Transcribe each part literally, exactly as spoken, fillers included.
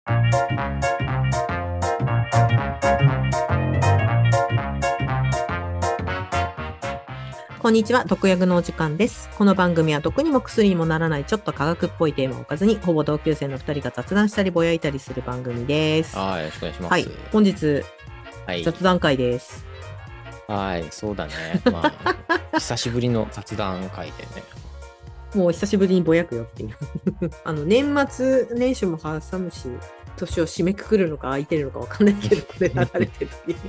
こんにちは、毒薬のお時間です。この番組は毒にも薬にもならないちょっと科学っぽいテーマを置かずに、ほぼ同級生のふたりが雑談したりぼやいたりする番組です。 はい、よろしくお願いします。 はい、本日、 はい、 雑談会です。 はい、そうだね。まあ、久しぶりの雑談会でね。 もう久しぶりにぼやくよっていう。あの、年末年始も挟むし、年を締めくくるのか空いてるのかわかんないけど、これ流れてるっていう。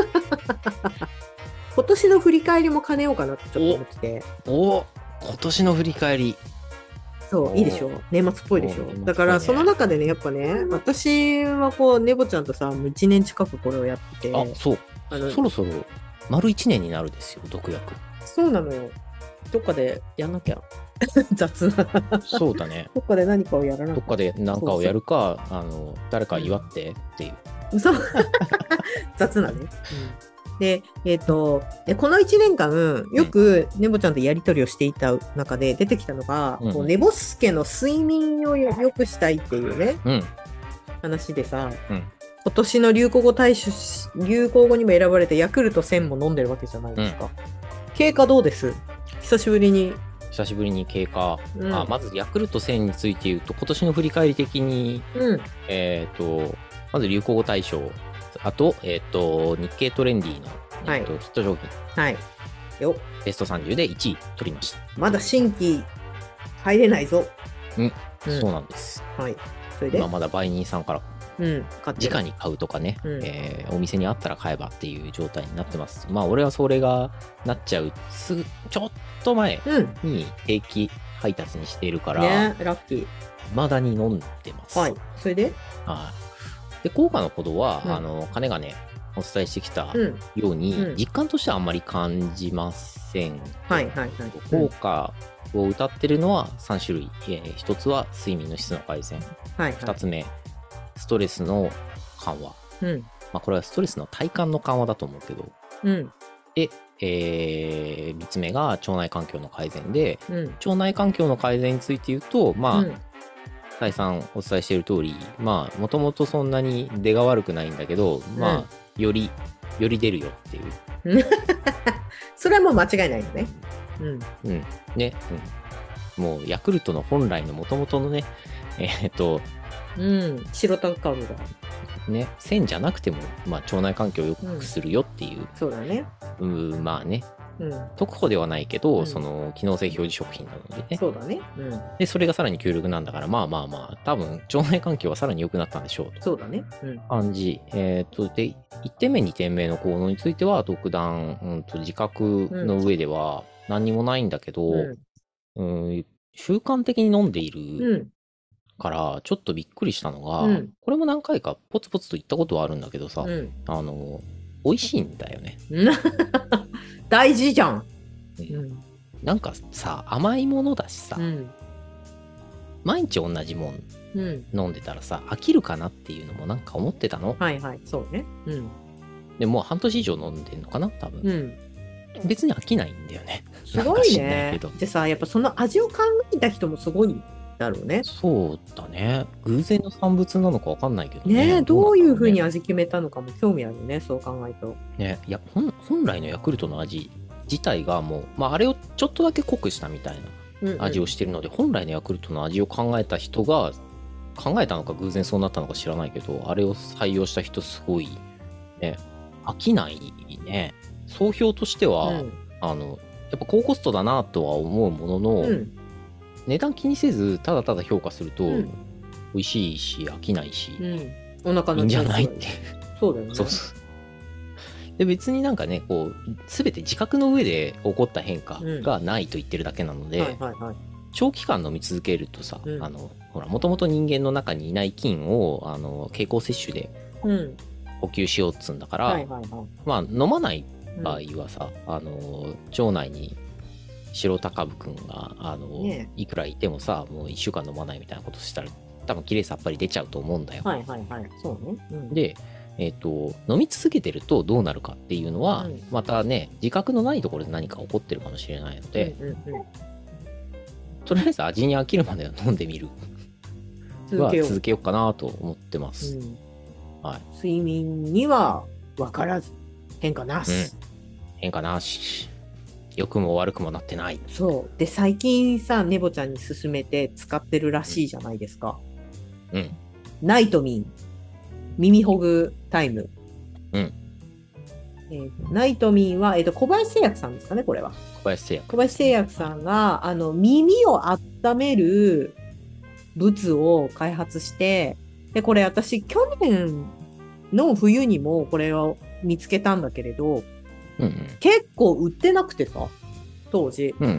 今年の振り返りも兼ねようかなってちょっと思ってて。 お、今年の振り返り。 そう、いいでしょう。年末っぽいでしょう。ね、だから、その中でね、やっぱね、私はこう、ネボちゃんとさ、いちねん近くこれをやってて。 あ、そう。あのそろそろ、丸いちねんになるですよ、毒薬。 そうなのよ。どっかでやんなきゃ。雑な。 そうだね。 どっかで何かをやらなきゃ。 どっかで何かをやるか、そうそうあの、誰か祝ってっていう。 うん、そう。雑なね。うんで、えっ、ー、と、このいちねんかん、よくネボちゃんとやり取りをしていた中で出てきたのが、うん、こうネボスケの睡眠を良くしたいっていうね、うん、話でさ、うん、今年の流行語大賞、流行語にも選ばれてヤクルトせんも飲んでるわけじゃないですか。うん、経過どうです？久しぶりに。 久しぶりに経過。うん、あまずヤクルトせんについて言うと、今年の振り返り的に、うん、えっ、ー、と、まず流行語大賞。あと、えっ、ー、と、日経トレンディの、 はい、 えー、とヒット商品、 はい、よベストさんじゅうでいちい取りました。 まだ新規入れないぞ。 うん、うん、そうなんです。 はい。それで、 まあ、まだ売人さんから、 うん、 直に買うとかね、うんえー、お店にあったら買えばっていう状態になってます。まあ、俺はそれがなっちゃう、すぐ、ちょっと前に定期配達にしているから、 ね、ラッキー。 未だに飲んでます。 はい。それではい。で効果のほどは、うん、あの金がねお伝えしてきたように、うん、実感としてはあんまり感じません。 はいはいはい。 効果を謳ってるのはさん種類。えー、ひとつは睡眠の質の改善。はいはい、ふたつめ、ストレスの緩和。うんまあ、これはストレスの体感の緩和だと思うけど。うん、で、えー、みっつめが腸内環境の改善で、うん、腸内環境の改善について言うと、まあ、うん再三お伝えしている通り、まあ、もともとそんなに出が悪くないんだけど、まあ、うん、より、より出るよっていう。 それはもう間違いないよね。 うん。うん。ね。うん。もう、ヤクルトの本来のもともとのね、えー、っと、 うん、白タカルが。 ね、線じゃなくても、まあ、腸内環境を良くするよっていう。うん、 そうだね。 うん、まあね。うん、特保ではないけど、うん、その機能性表示食品なのでね。 そうだね。うん、 で、それがさらに強力なんだから、まあまあまあ、多分、腸内環境はさらに良くなったんでしょうと。 そうだね。うん、 感じ。えっ、ー、と、で、いってんめ、にてんめの効能については、独断、うんと、自覚の上では何にもないんだけど、うんうん、習慣的に飲んでいるから、ちょっとびっくりしたのが、うん、これも何回かポツポツと言ったことはあるんだけどさ、うん、あの、美味しいんだよね。 大事じゃん。 うん、なんかさ甘いものだしさ、うん、毎日同じもん飲んでたらさ、うん、飽きるかなっていうのもなんか思ってたの。 はいはいそうね。うん、 でもう半年以上飲んでんのかな多分、うん、別に飽きないんだよね。 すごいね。でさやっぱその味を考えた人もすごいだろうね。 そうだね。偶然の産物なのか分かんないけどね。 ねえどういう風に味決めたのかも興味あるね。そう考えると。 ねいや本本来のヤクルトの味自体がもう、まあ、あれをちょっとだけ濃くしたみたいな味をしてるので、うんうん、本来のヤクルトの味を考えた人が考えたのか偶然そうなったのか知らないけど、あれを採用した人すごいね飽きないね。総評としては、うん、あのやっぱ高コストだなとは思うものの、うん、値段気にせずただただ評価すると、うん、美味しいし飽きないし、 うん、お腹のいいんじゃないってそうだよね。 そうそうで別になんかねこう全て自覚の上で起こった変化がないと言ってるだけなので、うんはいはいはい、長期間飲み続けるとさ、うん、あのほらもともと人間の中にいない菌をあの経口摂取で補給しようっつうんだから、うんはいはいはい、まあ飲まない場合はさ、うん、あの腸内に白タカブくんがあの、ね、いくらいてもさもういっしゅうかん飲まないみたいなことしたら多分きれいさっぱり出ちゃうと思うんだよ。 はいはいはいそうね、うん、 でえーと、飲み続けてるとどうなるかっていうのは、うん、またね自覚のないところで何か起こってるかもしれないので、うんうんうん、とりあえず味に飽きるまでは飲んでみるは続けようかなと思ってます。うん、 はい、睡眠には分からず、変化なし。うん、 変化なし。良くも悪くもなってない。 そう。で、最近さ、ネボちゃんに勧めて使ってるらしいじゃないですか。 うん。 ナイトミン。耳ほぐタイム。 うん。 えー、ナイトミンは、えーと、小林製薬さんですかね、これは。 小林製薬。 小林製薬さんが、あの、耳を温める物を開発して、で、これ私、去年の冬にもこれを見つけたんだけれど、 うんうん、 結構売ってなくてさ、当時。 うんうんうん、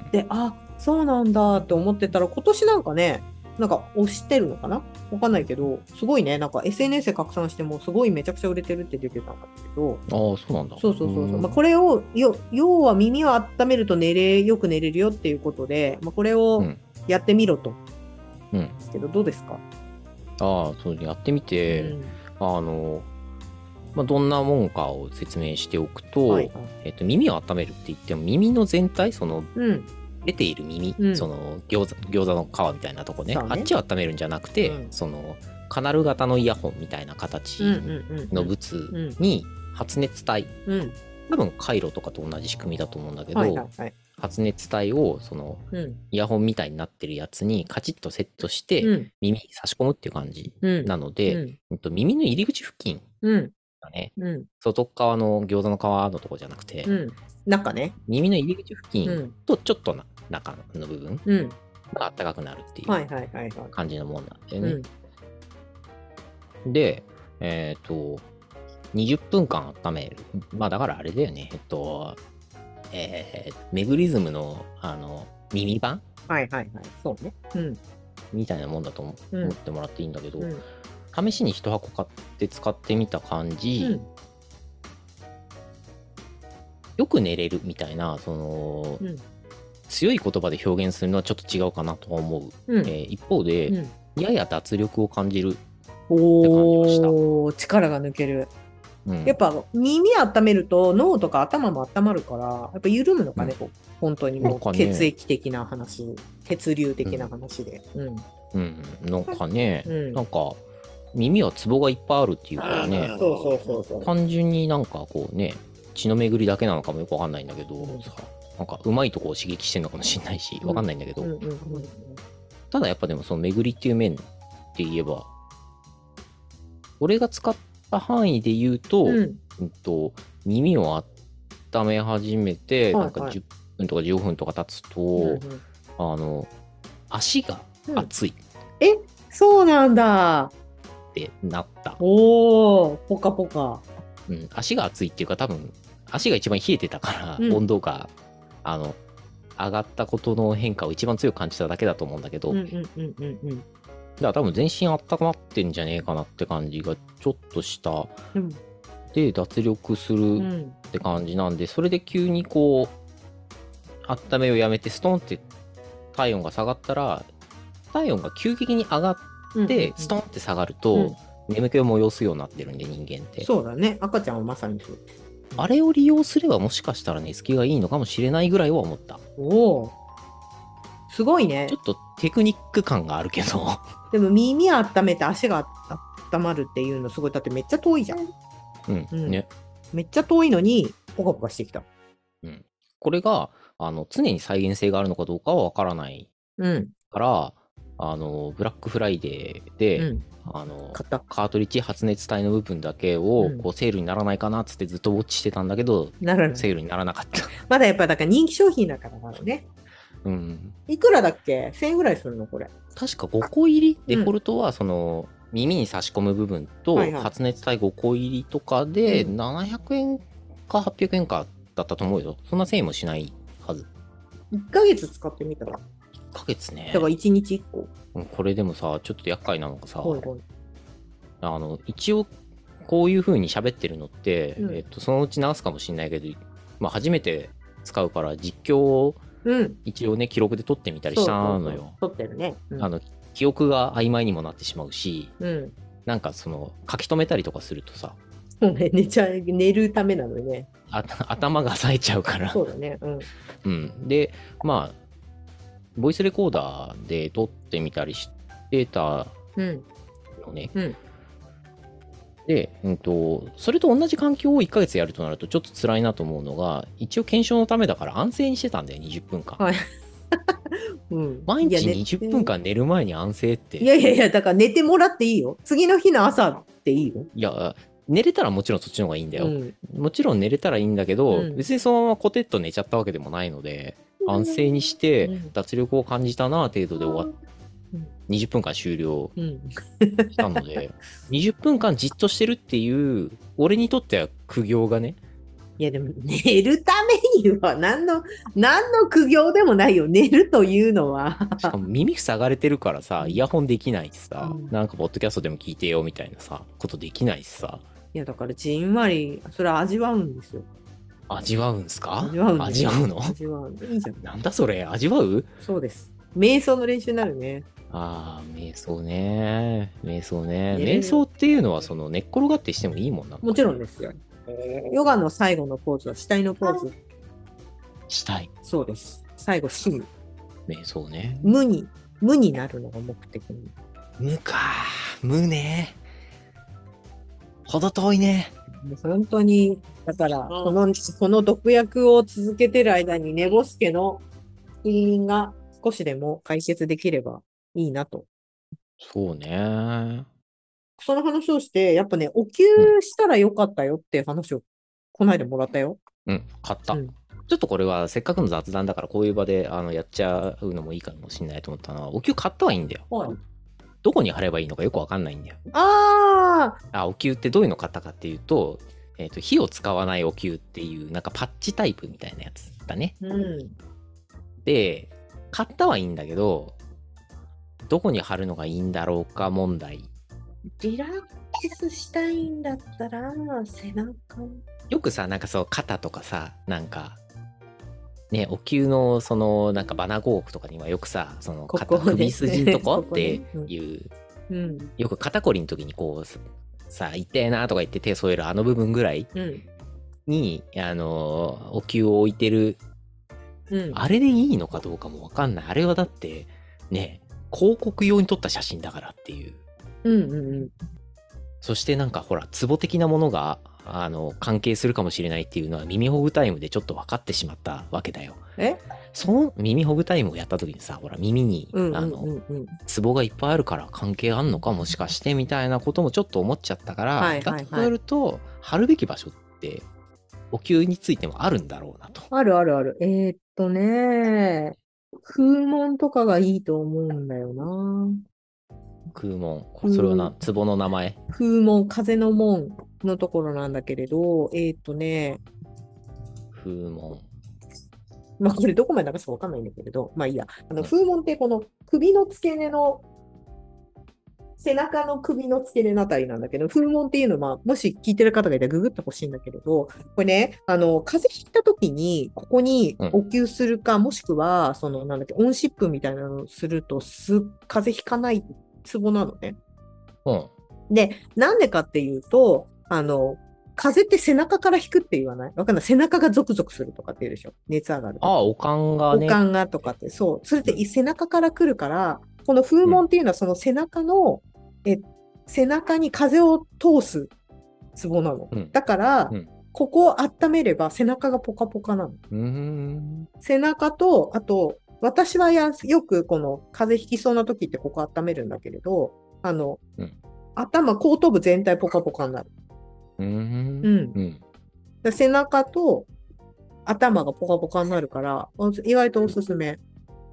で、あ、そうなんだって思ってたら、今年なんかね、なんか押してるのかなわかんないけど、すごいね、なんか エスエヌエス で拡散してもすごいめちゃくちゃ売れてるって出てたんだけど。 ああ、そうなんだ。 そうそうそうそう。まあ、これをよ、要は耳を温めると寝れ、よく寝れるよっていうことで、まあ、これをやってみろと。 うん。 ですけど、どうですか？ ああ、そうやってみて、うん、あの、まあ、どんなもんかを説明しておくと、はいはい、えっと、耳を温めるって言っても、耳の全体、その、うん、出ている耳、うん、その餃子、餃子の皮みたいなとこ ね, ね、あっちを温めるんじゃなくて、うん、そのカナル型のイヤホンみたいな形の物に発熱体、うん、多分カイロとかと同じ仕組みだと思うんだけど、はいはいはい、発熱体をそのイヤホンみたいになってるやつにカチッとセットして耳に差し込むっていう感じなので、うんうん、耳の入り口付近がね、うん、外側の餃子の皮のとこじゃなくて、うん、 中ね、 耳の入り口付近とちょっとな中の部分が暖かくなるっていう感じのもんなんだよね。で、えっと、にじゅっぷんかん温める。まあだからあれだよね。えっと、えー、メグリズムのあの耳版はいはいはい。そうね。うん。 みたいなもんだと思ってもらっていいんだけど、うん、試しに一箱買って使ってみた感じ、うん、よく寝れるみたいな、その、うん、強い言葉で表現するのはちょっと違うかなとは思う、うん、えー、一方で、うん、やや脱力を感じるって感じました。 おー、力が抜ける、うん、やっぱ耳温めると脳とか頭も温まるからやっぱ緩むのかね、うん、本当にもう血液的な話、ね、血流的な話で、うんうん、なんかね、うん、なんか耳はツボがいっぱいあるっていうからね、 そうそうそうそう、 単純になんかこうね血の巡りだけなのかもよくわかんないんだけど、うん、さなんかうまいとこを刺激してるのかもしれないしわかんないんだけど、うんうんうんうん、ただやっぱでもその巡りっていう面で言えば俺が使った範囲で言うと、うんうん、と耳を温め始めて、はいはい、なんかじゅっぷんとかじゅうごふんとか経つと、うんうん、あの足が熱い、 うん、えそうなんだってなった。 おーポカポカ、 うん、足が熱いっていうか多分足が一番冷えてたから、うん、温度があの上がったことの変化を一番強く感じただけだと思うんだけど、うんうんうんうんうん、だから多分全身温まってんじゃねえかなって感じがちょっとした、うん、で脱力するって感じなんで、それで急にこう温めをやめてストンって体温が下がったら体温が急激に上がってストンって下がると、うん、眠気を催すようになってるんで人間って。 そうだね、赤ちゃんはまさにそうです。 あれを利用すればもしかしたら寝つきがいいのかもしれないぐらいは思った。 おおすごいね。 ちょっとテクニック感があるけどでも耳温めて足が温まるっていうのすごい、だってめっちゃ遠いじゃん。 うん、うん、ね。 めっちゃ遠いのにポカポカしてきた。 うん。これがあの常に再現性があるのかどうかはわからないから、うん、あのブラックフライデーで、うん、あのカートリッジ発熱体の部分だけをこうセールにならないかなっつってずっとウォッチしてたんだけど、ならない、セールにならなかったまだやっぱだから人気商品だからなのね。 うん、 いくらだっけ？せんえんぐらいするのこれ。 確かごこ入り、デフォルトはその、うん、耳に差し込む部分と発熱体ごこ入りとかでななひゃくえんかはっぴゃくえんかだったと思うよ。そんなせんえんもしないはず。 いっかげつ使ってみたら。いっかげつね。 だからいちにちいっこ。 これでもさちょっと厄介なのがさ、はいはい、あの一応こういう風に喋ってるのって、うん、えっと、そのうち直すかもしれないけど、まあ、初めて使うから実況を一応ね、うん、記録で撮ってみたりしたのよ。 撮ってるね、 うん、あの記憶が曖昧にもなってしまうし、うん、なんかその書き留めたりとかするとさ、 そうね、寝ちゃう、寝るためなのね。 あ頭が冴えちゃうからそうだね、うん、 うん、でまあボイスレコーダーで撮ってみたりしデータのね、うんうん、で、うんと、それと同じ環境をいっかげつやるとなるとちょっと辛いなと思うのが、一応検証のためだから安静にしてたんだよ、にじゅっぷんかん。はい、うん、毎日にじゅっぷんかん寝る前に安静って。 いやいやいや、だから寝てもらっていいよ。次の日の朝っていいよ。 いや、寝れたらもちろんそっちの方がいいんだよ。うん、もちろん寝れたらいいんだけど、うん、別にそのままコテッと寝ちゃったわけでもないので、安静にして脱力を感じたな程度で終わっにじゅっぷんかん終了したので、うん、にじゅっぷんかんじっとしてるっていう俺にとっては苦行がね。 いやでも寝るためには何の何の苦行でもないよ、寝るというのは。 しかも耳塞がれてるからさ、イヤホンできないしさ、うん、なんかポッドキャストでも聞いてよみたいなさことできないしさ。 いやだからじんわりそれは味わうんですよ。 味わうんすか？ 味わうんです味わうの？ 味わう。いいじゃん。 なんだそれ、味わう？ そうです。瞑想の練習になるね。 ああ、瞑想ね。瞑想ね。瞑想っていうのはその寝っ転がってしてもいいもんなの？ もちろんですよ。ヨガの最後のポーズは死体のポーズ。 死体。 そうです。最後死ぬ。 瞑想ね。 無に、無になるのが目的に。 無か。無ね。ほど遠いね。 本当に、だから、この、この毒薬を続けてる間に、寝ぼすけの死因が少しでも解決できればいいなと。 そうね。 その話をして、やっぱね、お灸したらよかったよっていう話を、この間もらったよ。 うん、買った。うん、ちょっとこれはせっかくの雑談だから、こういう場であのやっちゃうのもいいかもしれないと思ったのは、お灸買ったはいいんだよ。はい。どこに貼ればいいのかよくわかんないんだよ。 ああ。お灸ってどういうの買ったかっていうと、えっと、火を使わないお灸っていう、なんかパッチタイプみたいなやつだね。うん。で、買ったはいいんだけど、どこに貼るのがいいんだろうか問題。 リラックスしたいんだったら、背中。 よくさ、なんかそう、肩とかさ、なんか、ね、お灸の、その、なんかバナゴークとかにはよくさ、その、肩、首筋のとこっていう、うん、よく肩こりの時にこう、さあ、痛えなとか言って手添えるあの部分ぐらいに、うん、あの、お灸を置いてる、うん、あれでいいのかどうかもわかんない。あれはだって、ね、広告用に撮った写真だからっていう。うんうんうん。そしてなんかほら、ツボ的なものが、あの、関係するかもしれないっていうのは耳ほぐタイムでちょっと分かってしまったわけだよ。え？その耳ほぐタイムをやった時にさ、ほら、耳に、うんうんうんうん、あの、ツボがいっぱいあるから関係あんのかもしかしてみたいなこともちょっと思っちゃったから、はいはいはい、だとすると、貼るべき場所って、お灸についてもあるんだろうなと。 あるあるある。えー、っとね、風紋とかがいいと思うんだよな。 風紋。それはな、ツボの名前？ 風紋、風の門のところなんだけれど、えー、っとね、 風紋。 まあこれどこまで流すかわかんないんだけれど、まあいいや。あの、風紋ってこの首の付け根の、背中の首の付け根のあたりなんだけど、風紋っていうのは、もし聞いてる方がいたらググってほしいんだけれど、これね、あの、風邪ひいた時に、ここにお灸するか、うん、もしくは、その、なんだっけ、温湿布みたいなのをすると、す、風邪ひかないツボなのね。うん。で、なんでかっていうと、あの、風邪って背中から引くって言わない？わかんない。背中がゾクゾクするとかって言うでしょ。熱上がる。 ああ、おかんがね。 おかんがとかって、そう。それって背中から来るから、この風紋っていうのはその背中の、うん、え、背中に風を通すツボなの。うん、だから、うん、ここを温めれば背中がポカポカなの。うーん、背中と、あと、私はやよくこの風邪ひきそうな時ってここ温めるんだけれど、あの、うん、頭、後頭部全体ポカポカになる。うーん、うん、背中と頭がポカポカになるから、意外とおすすめ。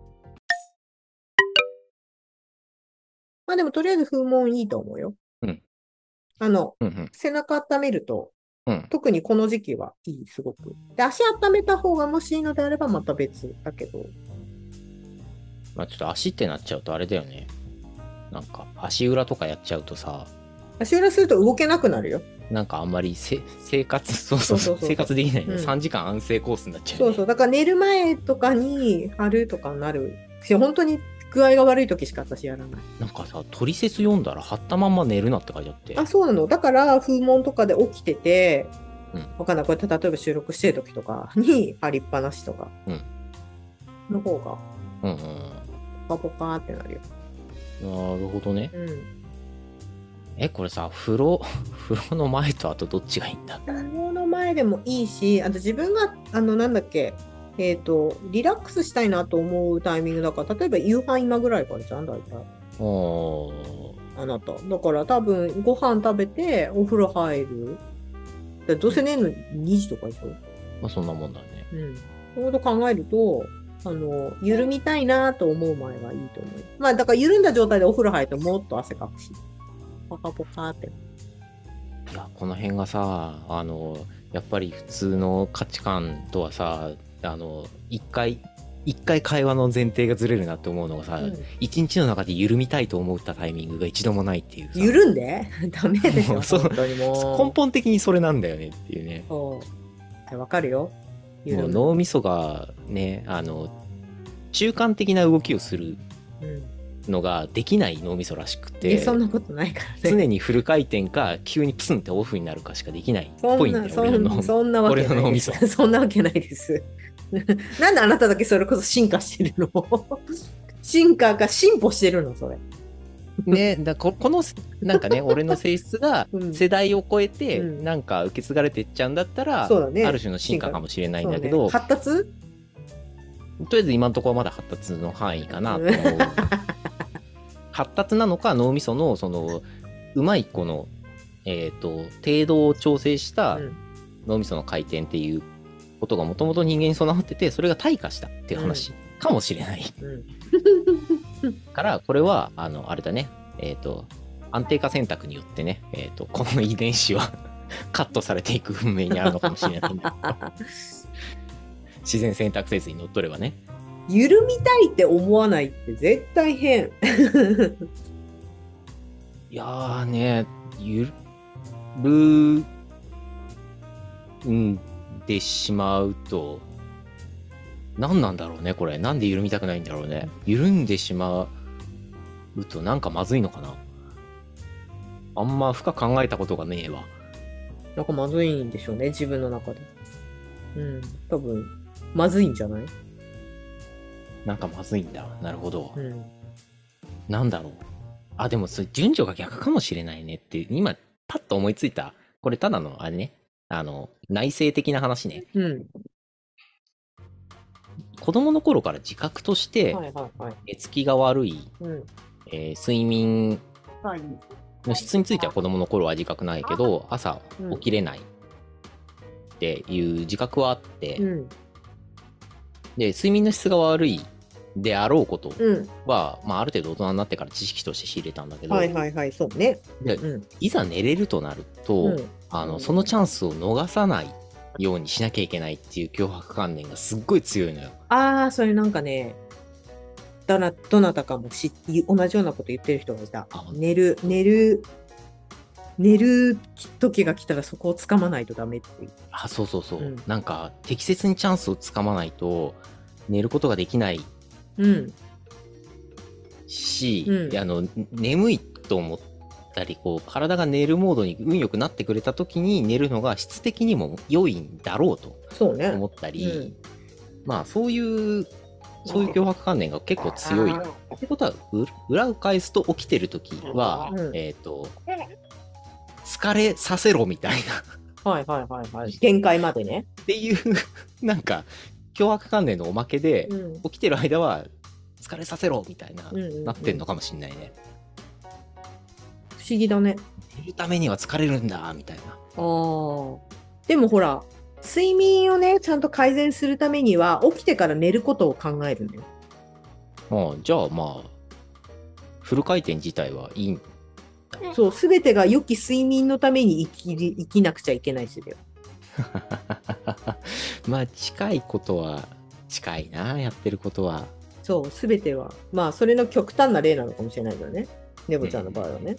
まあでもとりあえず風紋いいと思うよ。うん、あの、うんうん、背中温めると、うん、特にこの時期はいい、すごく。で、足温めた方がもしいいのであればまた別だけど。 まあちょっと足ってなっちゃうとあれだよね。なんか足裏とかやっちゃうとさ。 足裏すると動けなくなるよ。 なんかあんまりせ生活、そうそうそう、生活できないね、うん。さんじかん安静コースになっちゃう、ね。 そうそう。だから寝る前とかに貼るとかになるし、本当に具合が悪い時しか私やらない。 なんかさ、取説読んだら貼ったまんま寝るなって書いてあって。 あ、そうなの。だから風紋とかで起きてて、うん、わかんない。これ例えば収録してる時とかに貼りっぱなしとかの方が、うんうん、ポカポカってなるよ。 なるほどね。 うん。 え、これさ、風呂、風呂の前と後どっちがいいんだ？ 風呂の前でもいいし、あと自分が、あの、なんだっけ、えっと、リラックスしたいなと思うタイミングだから、例えば夕飯今ぐらいからじゃん、大体。 おー。 あなた。だから多分、ご飯食べて、お風呂入る。だどうせ寝るのにじとかでしょ？ まあそんなもんだね。 うん。そういうこと考えると、あの、緩みたいなと思う前がいいと思う。まあ、だから緩んだ状態でお風呂入るともっと汗かくし。ポカポカって。 いや、この辺がさ、あの、やっぱり普通の価値観とはさ、あの、一回、一回会話の前提がずれるなって思うのがさ、うん、一日の中で緩みたいと思ったタイミングが一度もないっていうさ。 緩んでダメでしょ。 そう、本当にもう根本的にそれなんだよねっていうね。 そう。わかるよ。 もう脳みそがね、あの、中間的な動きをするのができない脳みそらしくて、 うん、そんなことないからね。 常にフル回転か急にプスンってオフになるかしかできないっぽいんだよ。 そんな、そんなわけないです。そんなわけないです。なんであなただけそれこそ進化してるの？進化か進歩してるのそれ。 ね、だここのなんかね俺の性質が世代を超えてなんか受け継がれていっちゃうんだったら、うんね、ある種の進化かもしれないんだけど、 ね、発達とりあえず今のところはまだ発達の範囲かなと思う。発達なのか脳みそのそのうまいこの、えーと、程度を調整した脳みその回転っていうことがもともと人間に備わってて、それが退化したっていう話かもしれない、うん、からこれはあのあれだね、えっ、ー、と安定化選択によってね、えーとこの遺伝子はカットされていく運命にあるのかもしれないんだけど自然選択説にのっとればね。 緩みたいって思わないって絶対変。 いやーね、ゆるんでしまうと何なんだろうねこれ。なんで緩みたくないんだろうね。緩んでしまうとなんかまずいのかな。あんま深く考えたことがねえわ。 なんかまずいんでしょうね自分の中で。うん多分まずいんじゃない？ なんかまずいんだ。なるほど。うん、なんだろう。あ、でもそれ順序が逆かもしれないねって今パッと思いついた。これただのあれね。あの内省的な話ね。うん、子供の頃から自覚として寝つきが悪い、うん、えー、睡眠の質については子供の頃は自覚ないけど朝起きれないっていう自覚はあって、うん、で睡眠の質が悪いであろうことは、うんまあ、ある程度大人になってから知識として仕入れたんだけど、 はいはいはいそうね、 で、うん、いざ寝れるとなると、うん、あのそのチャンスを逃さないようにしなきゃいけないっていう強迫観念がすっごい強いのよ。 ああそれなんかねどなどなたかもし同じようなこと言ってる人がいた。寝る寝る寝る時が来たらそこをつかまないとダメっていう。 あそうそうそう、うん、なんか適切にチャンスをつかまないと寝ることができないし、うん、あの眠いと思ったりこう体が寝るモードに運よくなってくれた時に寝るのが質的にも良いんだろうと思ったり、ねうん、まあそういうそういう強迫観念が結構強いってことは裏を返すと起きてる時は、うん、えっ、ー、と疲れさせろみたいなはいはいはいはい限界までねっていうなんか強迫観念のおまけで、うん、起きてる間は疲れさせろみたいな、うんうんうん、なってんのかもしんないね。 不思議だね。 寝るためには疲れるんだみたいな。あでもほら睡眠をねちゃんと改善するためには起きてから寝ることを考えるのよ。 ああじゃあまあフル回転自体はいいんだ。 そう全てが良き睡眠のために生き生きなくちゃいけないですよ。 まあ近いことは近いなやってることは。 そう全てはまあそれの極端な例なのかもしれないけどねねぼちゃんの場合はね、うん、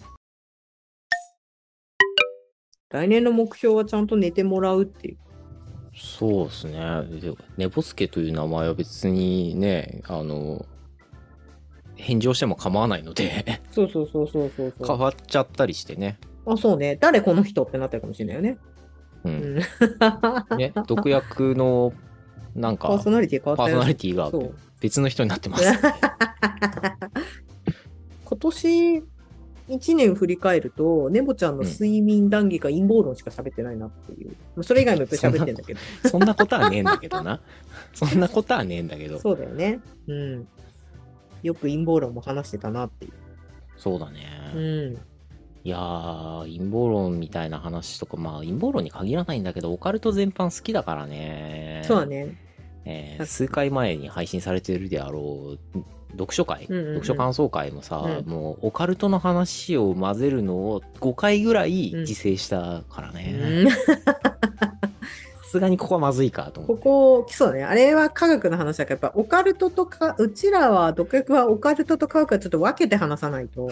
来年の目標はちゃんと寝てもらうっていう。 そうですね。ねぼすけという名前は別にねあの返上しても構わないのでそうそうそうそうそう変わっちゃったりしてね。 あそうね誰この人ってなってるかもしれないよね。 うん、ね毒薬のなんかパーソナリティ変わったパーソナリティが別の人になってます、ね、 年いちねん振り返ると、ネボちゃんの睡眠談義か陰謀論しか喋ってないなっていう。うん、それ以外もいっぱい喋ってんだけど。 そんなことはねえんだけどな。そんなことはねえんだけど。 そうだよね。うん。よく陰謀論も話してたなっていう。 そうだね。 うん。 いやー、陰謀論みたいな話とか、まあ陰謀論に限らないんだけど、オカルト全般好きだからね。 そうだね。 えー、数回前に配信されてるであろう読書会、 うんうんうん、 読書感想会もさ、 うん、 もうオカルトの話を混ぜるのをごかいぐらい自制したからね。さすがにここはまずいかと思って。 ここ、そうね。あれは科学の話だから、やっぱオカルトとか、うちらは、毒薬はオカルトと科学はちょっと分けて話さないと。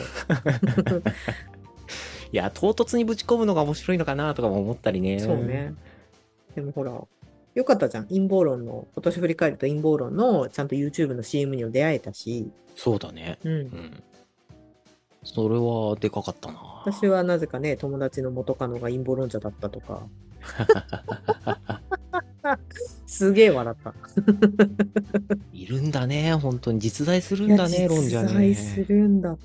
いや、唐突にぶち込むのが面白いのかなとかも思ったりね。 そうね。でもほら、よかったじゃん。陰謀論の、今年振り返ると陰謀論のちゃんと YouTube の シーエム にも出会えたし。 そうだね。 うん。うん、 それはでかかったな。 私はなぜかね、友達の元カノが陰謀論者だったとか。すげえ笑った。 いるんだね。本当に実在するんだね、論者ね。 実在するんだって。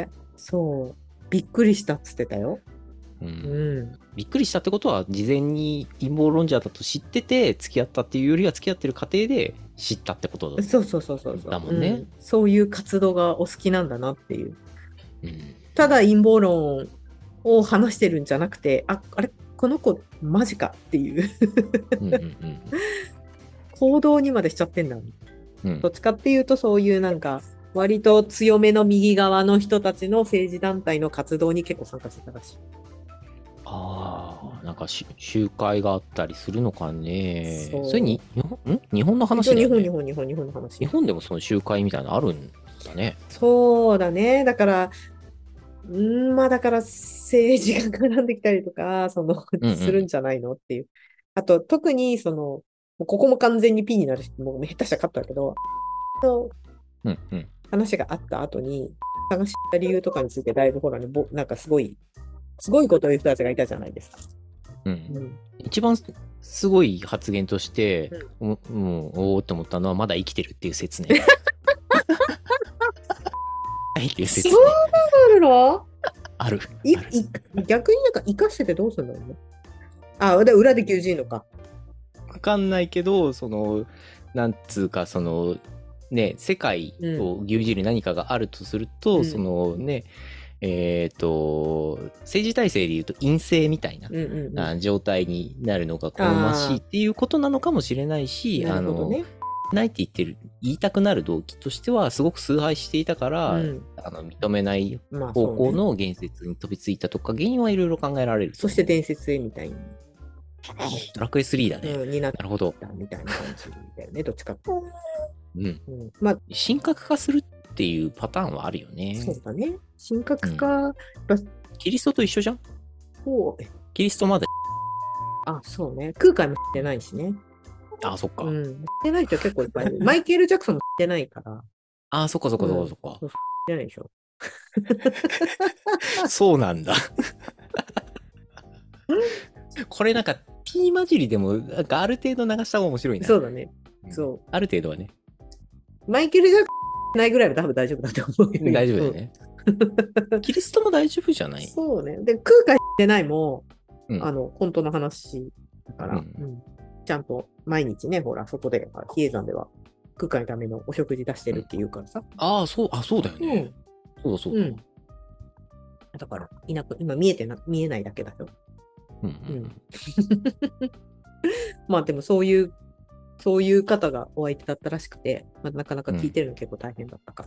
そう。びっくりしたっつってたよ。 うんうん、びっくりしたってことは事前に陰謀論者だと知ってて付き合ったっていうよりは付き合ってる過程で知ったってことだそうそうそうそうだもんね、うん、 そういう活動がお好きなんだなっていう、 うん、 ただ陰謀論を話してるんじゃなくて、あ、あれこの子マジかっていううんうん、うん、行動にまでしちゃってんだ、うん、どっちかっていうとそういうなんか割と強めの右側の人たちの政治団体の活動に結構参加してたらしい。 ああ、なんか集会があったりするのかね。そ, それに日本ん日本の話だよね。 日本日本日本日本の話。 日本でもその集会みたいなのあるんだね。 そうだね。だからんまあだから政治が絡んできたりとかその、うんうん、するんじゃないのっていう。あと特にそのここも完全に P になるし、もう下手したら勝ったけど、 うんうん、 話があった後に探した理由とかについてだいぶほらね、ぼなんかすごい。すごいことを言う人たちがいたじゃないですか。 うん。うん、一番すごい発言として、うん、もう、おーって思ったのは、まだ生きてるっていう説ね。はいっていう説ね。 そうなるのある。 いい逆になんか生かしててどうするんだろうね。あ、で裏で牛耳るのか。 わかんないけど、その、なんつうか、その、ね、世界を牛耳る何かがあるとすると、うん、そのね、えっ、ー、と政治体制でいうと陰性みたいな、うんうんうん、状態になるのが好ましいっていうことなのかもしれないし、あの、ね、ないって言ってる言いたくなる動機としてはすごく崇拝していたから、うん、あの認めない方向の言説に飛びついたとか、原因はいろいろ考えられる。 そして伝説へみたいに。 ドラクエスリーだね。 うん、になったなるほど。 みたいな感じだよね、どっちかって。 うん。うん、まあ、神格化するっていうパターンはあるよね。 そうだね。神格化、うん、 キリストと一緒じゃん。 ほう。 キリストまで。 あ、そうね。空海もしてないしね。 あ、そっか。 うん。してない人結構いっぱいいる。マイケル・ジャクソンもしてないから。 あ、そっかそっかそっかそっか。 そう、してないでしょ。 そうなんだ。これなんか P 混じりでもなんかある程度流した方が面白いな。 そうだね。そう。 ある程度はね。 マイケル・ジャクソンないぐらいは多分大丈夫だと思うよ。 大丈夫だよね。キリストも大丈夫じゃない？ そうね。で、空海してないも、うん、あの、本当の話だから、うんうん、ちゃんと毎日ね、ほら、外で、比叡山では空海のためのお食事出してるっていうからさ。うん、 ああ、そう、あ、そうだよね。うん、そうそう。うん、 だから、いなく、今見えてな、見えないだけだよ。うんうん、まあでもそういう、そういう方がお相手だったらしくて、まあ、なかなか聞いてるの結構大変だったから。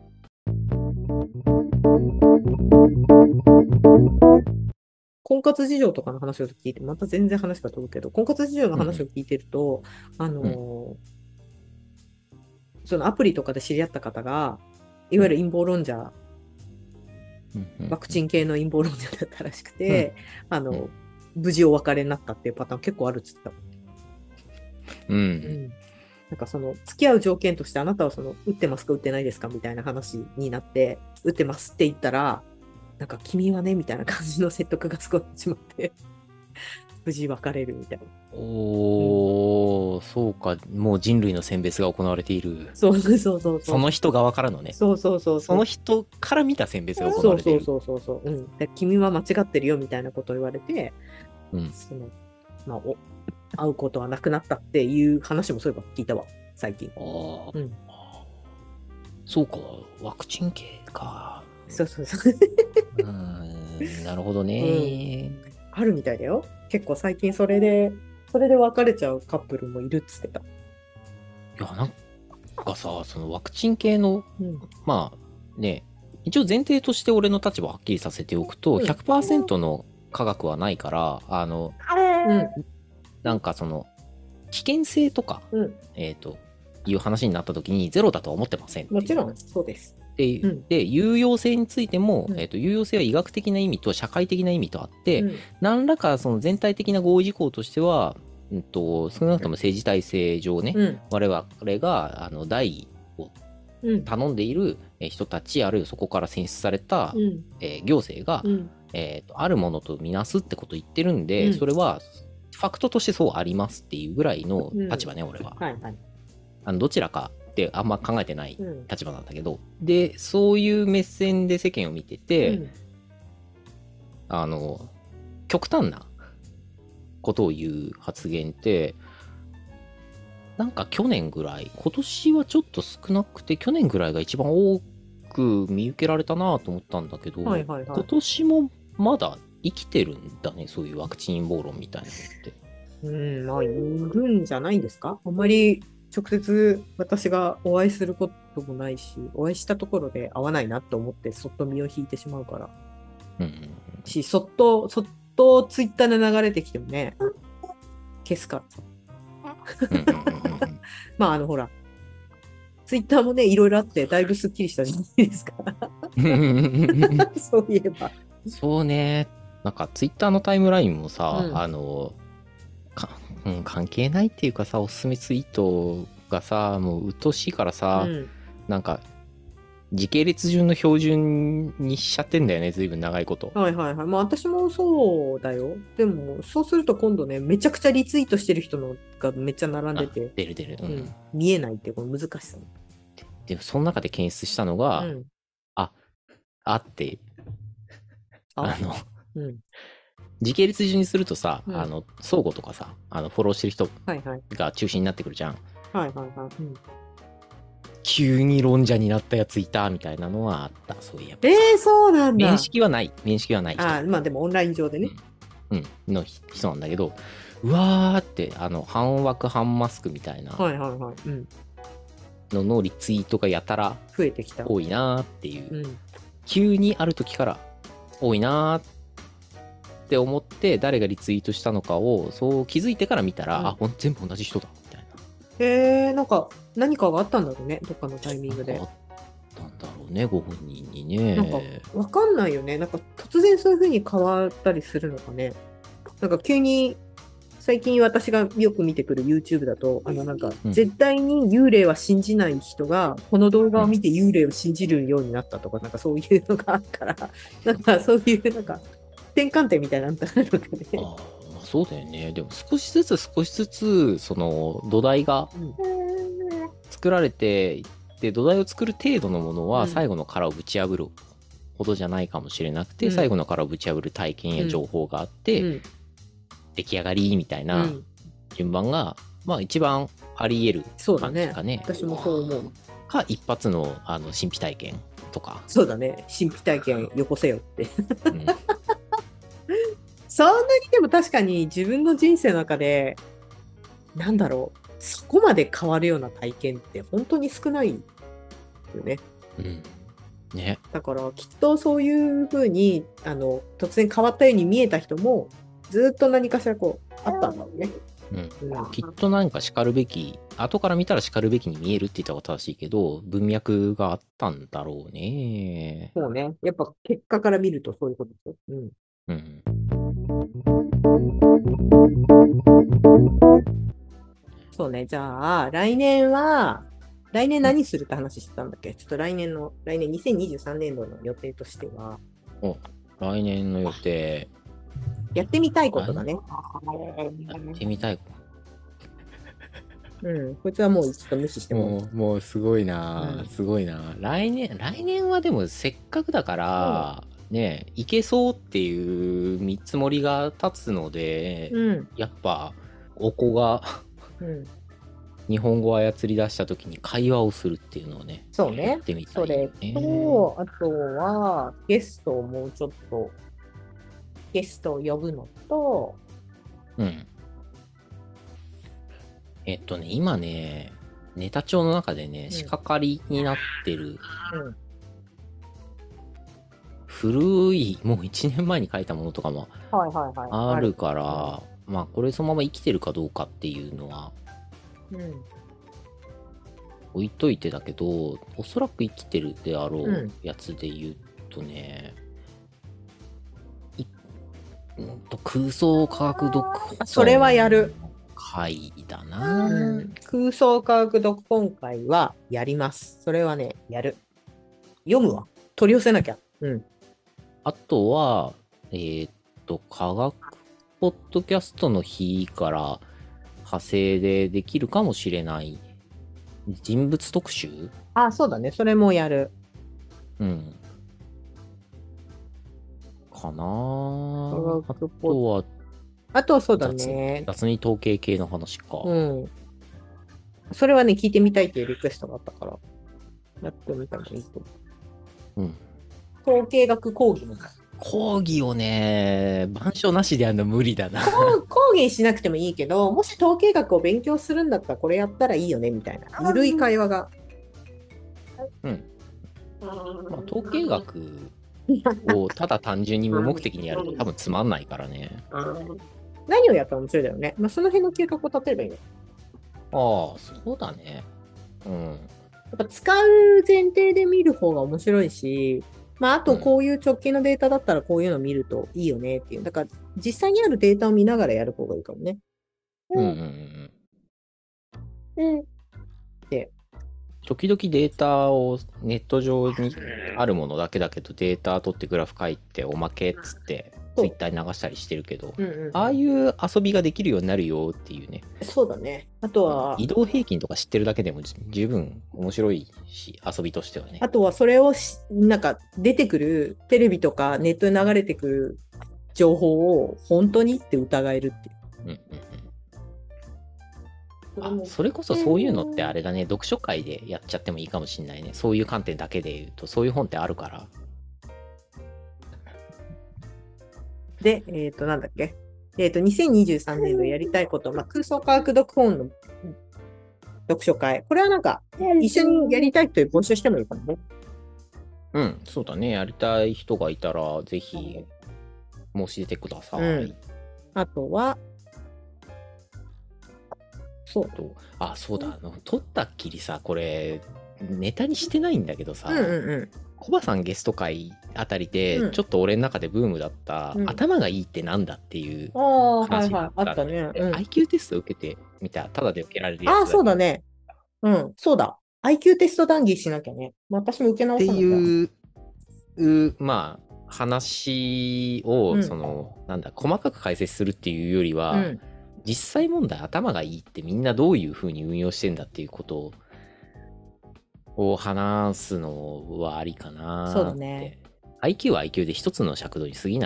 婚活事情とかの話を聞いて、また全然話が飛ぶけど、婚活事情の話を聞いてると、うん、あのーうん、そのアプリとかで知り合った方が、いわゆる陰謀論者、うん、ワクチン系の陰謀論者だったらしくて、うん、あの、うん、無事お別れになったっていうパターン結構あるっつった。 うん。うん、 なんかその付き合う条件としてあなたはその打ってますか打ってないですかみたいな話になって打ってますって言ったらなんか君はねみたいな感じの説得がすごい始まって無事別れるみたいな。 おー、うん、そうか。もう人類の選別が行われている。 そうそうそうそう。 その人側からのね。 そうそうそうそう。 その人から見た選別が行われている。 そうそうそうそう。うん。で君は間違ってるよみたいなことを言われて、 うん。 その、まあ、お会うことはなくなったっていう話もそういえば聞いたわ、最近。 ああ。 うん。 そうか。ワクチン系か。 そうそうそう。 うん。なるほどね、 うん。あるみたいだよ。結構最近それで、それで別れちゃうカップルもいるっつってた。いや、なんかさ、そのワクチン系の、 うん、まあね、一応前提として俺の立場をはっきりさせておくと、うん、ひゃくパーセント の科学はないから、あの、うん、なんかその、危険性とか、うん、えっと、いう話になった時にゼロだとは思ってません。 もちろん、そうです。 で、うん、で有用性についても、うん、えーと、有用性は医学的な意味と社会的な意味とあって、うん、何らかその全体的な合意事項としては、うんと、少なくとも政治体制上ね、うん、我々があの代を頼んでいる人たち、あるいはそこから選出された、うんえー、行政が、うんえーと、あるものとみなすってことを言ってるんで、うん、それはファクトとしてそうありますっていうぐらいの立場ね、うん、俺は、はいはい、あのどちらかってあんま考えてない立場なんだけど、うん、でそういう目線で世間を見てて、うん、あの極端なことを言う発言ってなんか去年ぐらい、今年はちょっと少なくて去年ぐらいが一番多く見受けられたなと思ったんだけど、はいはいはい、今年もまだ生きてるんだね、そういうワクチン陰謀論みたいなのって。 うん、まあいるんじゃないですか。あんまり直接私がお会いすることもないし、お会いしたところで会わないなと思ってそっと身を引いてしまうから。うん、し、そっと、そっとツイッターで流れてきてもね、消すからさ。まああのほら、ツイッターもね、いろいろあってだいぶスッキリしたじゃないですか。そういえば。 そうね。なんかツイッターのタイムラインもさ、うん、あの、うん、関係ないっていうかさ、おすすめツイートがさ、もう鬱陶しいからさ、うん、なんか時系列順の標準にしちゃってんだよね、ずいぶん長いこと。 はいはいはい。まあ私もそうだよ。でもそうすると今度ね、めちゃくちゃリツイートしてる人のがめっちゃ並んでて、 出る出る、うんうん、 見えないっていうこの難しさ。 でもその中で検出したのが、うん、あ、あって、あ, あの、うん、時系列順にするとさ、うん、あの相互とかさ、あのフォローしてる人が中心になってくるじゃん。 はいはいはい。うん、 急に論者になったやついたみたいなのはあった。そういえば。 えー、そうなんだ。 面識はない。面識はない人。 あまあでもオンライン上でね。 うん、うん、の人なんだけど、うわーって、あの、半枠半マスクみたいな。はいはいはい。うん。ののリツイートがやたら増えてきた多いなーっていう、うん、急にある時から多いなーって思って誰がリツイートしたのかをそう気づいてから見たら、うん、あ全部同じ人だみたいな。 へえ、なんか何かがあったんだろうね、どっかのタイミングで。 あったんだろうね、ご本人にね。 なんかわかんないよね。なんか突然そういう風に変わったりするのかね。なんか急に最近私がよく見てくる YouTube だと、あのなんか、絶対に幽霊は信じない人が、この動画を見て幽霊を信じるようになったとか、なんかそういうのがあるから、なんかそういうなんか、転換点みたいなのがあるのかね。 ああ、そうだよね。でも少しずつ少しずつ、その土台が作られて、で、土台を作る程度のものは最後の殻をぶち破るほどじゃないかもしれなくて、うん、最後の殻をぶち破る体験や情報があって、うんうん出来上がりみたいな順番が、うん、まあ一番あり得る感じかね。 そうだね。私もそう思う。 か一発のあの神秘体験とか。 そうだね。神秘体験よこせよって。うん、そんなにでも確かに自分の人生の中でなんだろうそこまで変わるような体験って本当に少ないよね。 うんね。 だからきっとそういう風にあの突然変わったように見えた人もずっと何かしらこうあったんだろうね、 うんうん、きっと何かしかるべき後から見たらしかるべきに見えるって言った方が正しいけど文脈があったんだろうね。 そうねやっぱ結果から見るとそういうことですよ、うんうん、そうねじゃあ来年は来年何するって話してたんだっけ、うん、ちょっと来年の来年にせんにじゅうさんねんどの予定としてはお来年の予定やってみたいことだね。 やってみたい。 うん、こいつはもうちょっと無視してもう、もうすごいな、うん、すごいな。来年、来年はでもせっかくだから、うん、ね、いけそうっていう見積もりが立つので、うん、やっぱ、お子が、うん、日本語を操り出した時に会話をするっていうのをね、 そうね。やってみたい、ね。それと、あとは、ゲストをもうちょっと、ゲストを呼ぶのと、 うん。えっとね、今ね、ネタ帳の中でね、仕掛かりになってる、うん、古い、もういちねんまえに書いたものとかもあるから、はいはいはい、まあ、これそのまま生きてるかどうかっていうのは、うん、置いといてだけど、おそらく生きてるであろうやつで言うとね、うん、うんと空想科学読本。 それはやる。 回だな、うん、 空想科学読本会はやります。それはね、やる。読むわ。取り寄せなきゃ。うん。 あとは、えー、っと、科学ポッドキャストの日から派生でできるかもしれない人物特集？ あ、そうだね。それもやる。 うん。かなぁ。あとは、 あとはそうだね。 雑に統計系の話か。 うん。それはね、聞いてみたいっていうリクエストがあったから、やってみたらいいと思う。うん。統計学講義も。 講義をね、板書なしでやるの無理だな。 講義しなくてもいいけど、もし統計学を勉強するんだったらこれやったらいいよね、みたいな。ゆるい会話が。 うん。まあ、統計学をただ単純に無目的にやると多分つまんないからね。 何をやったら面白いだよね。まあ、その辺の計画を立てればいいよ。 ああ、そうだね。うん。やっぱ使う前提で見る方が面白いし、まあ、あとこういう直近のデータだったらこういうの見るといいよねっていう。だから実際にあるデータを見ながらやる方がいいかもね。 うんうんうんうん。うん。で、 時々データをネット上にあるものだけだけどデータ取ってグラフ書いておまけっつってツイッターに流したりしてるけど、うんうんうん、ああいう遊びができるようになるよっていうね。 そうだね。あとは移動平均とか知ってるだけでも十分面白いし、遊びとしてはね。 あとはそれをしなんか出てくるテレビとかネットに流れてくる情報を本当にって疑えるっていう。うんうんうん、あ、それこそそういうのってあれだね、読書会でやっちゃってもいいかもしれないね。そういう観点だけで言うと、そういう本ってあるから。 で、えっ、ー、と、なんだっけ。えっ、ー、と、にせんにじゅうさんねん度やりたいこと、まあ、空想科学読本の読書会。これはなんか、一緒にやりたい人募集してもいいかもね。 うん、そうだね。やりたい人がいたら、ぜひ、申し出てください。うん、 あとは、 そうと、あ、そうだ、あの、撮ったっきりさ、これ、ネタにしてないんだけどさ、うんうんうん、コバさんゲスト会あたりで、うん、ちょっと俺の中でブームだった、うん、頭がいいってなんだっていう話があった、はいはい、あったね、うん、アイキュー テスト受けてみた、ただで受けられるやつだ。 あ、そうだね。うん、そうだ。アイキュー テスト談義しなきゃね。私も受け直さなきゃ。っていう、 まあ、話を、うん、その、なんだ、細かく解説するっていうよりは、うん、実際問題頭がいいってみんなどういう風に運用してんだっていうことを話すのはありかなって。 そうだね。 アイキュー は アイキュー で一つの尺度に過ぎない。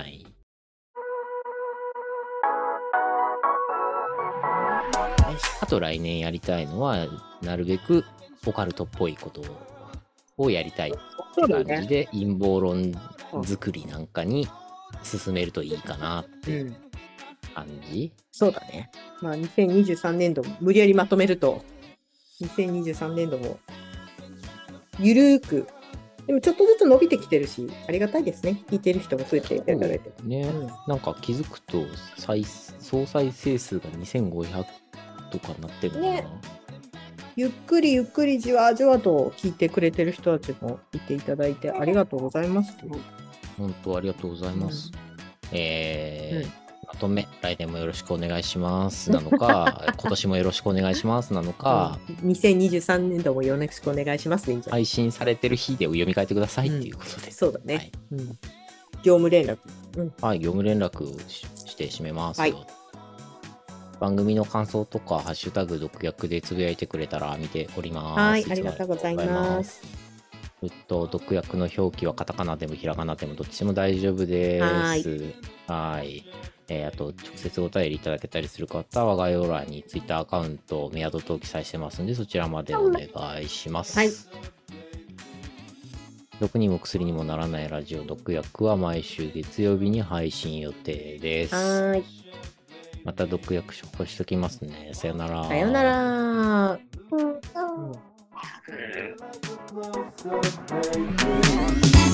あと来年やりたいのは、なるべくオカルトっぽいことをやりたいって感じで、陰謀論作りなんかに進めるといいかなっていう感じ、 うん、そうだね。まあにせんにじゅうさんねん度無理やりまとめると、にせんにじゅうさんねん度もゆるーく、でもちょっとずつ伸びてきてるし、ありがたいですね。聞いてる人も増えていただいて。 ね、うん、なんか気づくと再総再生数がにせんごひゃくとかになってるのかな、ね。 ゆっくりゆっくりじわじわと聞いてくれてる人たちもいていただいてありがとうございます。 本当ありがとうございます。うん、えー、うん、まとめ、来年もよろしくお願いしますなのか、今年もよろしくお願いしますなのか、 うん、にせんにじゅうさんねん度もよろしくお願いしますでいいんじゃない？ 配信されてる日でお読み替えてくださいっていうことで、うん、 そうだね。はい、うん、 業務連絡。 うん、はい、業務連絡しして締めますよ。はい、番組の感想とか、ハッシュタグ、毒薬でつぶやいてくれたら見ております。 はい、ありがとうございます。 えっと、毒薬の表記はカタカナでもひらがなでもどっちでも大丈夫です。はい。はい。えー、あと、直接お便りいただけたりする方は、概要欄にツイッターアカウント、メアド登記されてますんで、そちらまでお願いします。はい。毒にも薬にもならないラジオ毒薬は毎週月曜日に配信予定です。はい。また毒薬紹介しときますね。さよなら。 さよなら。うん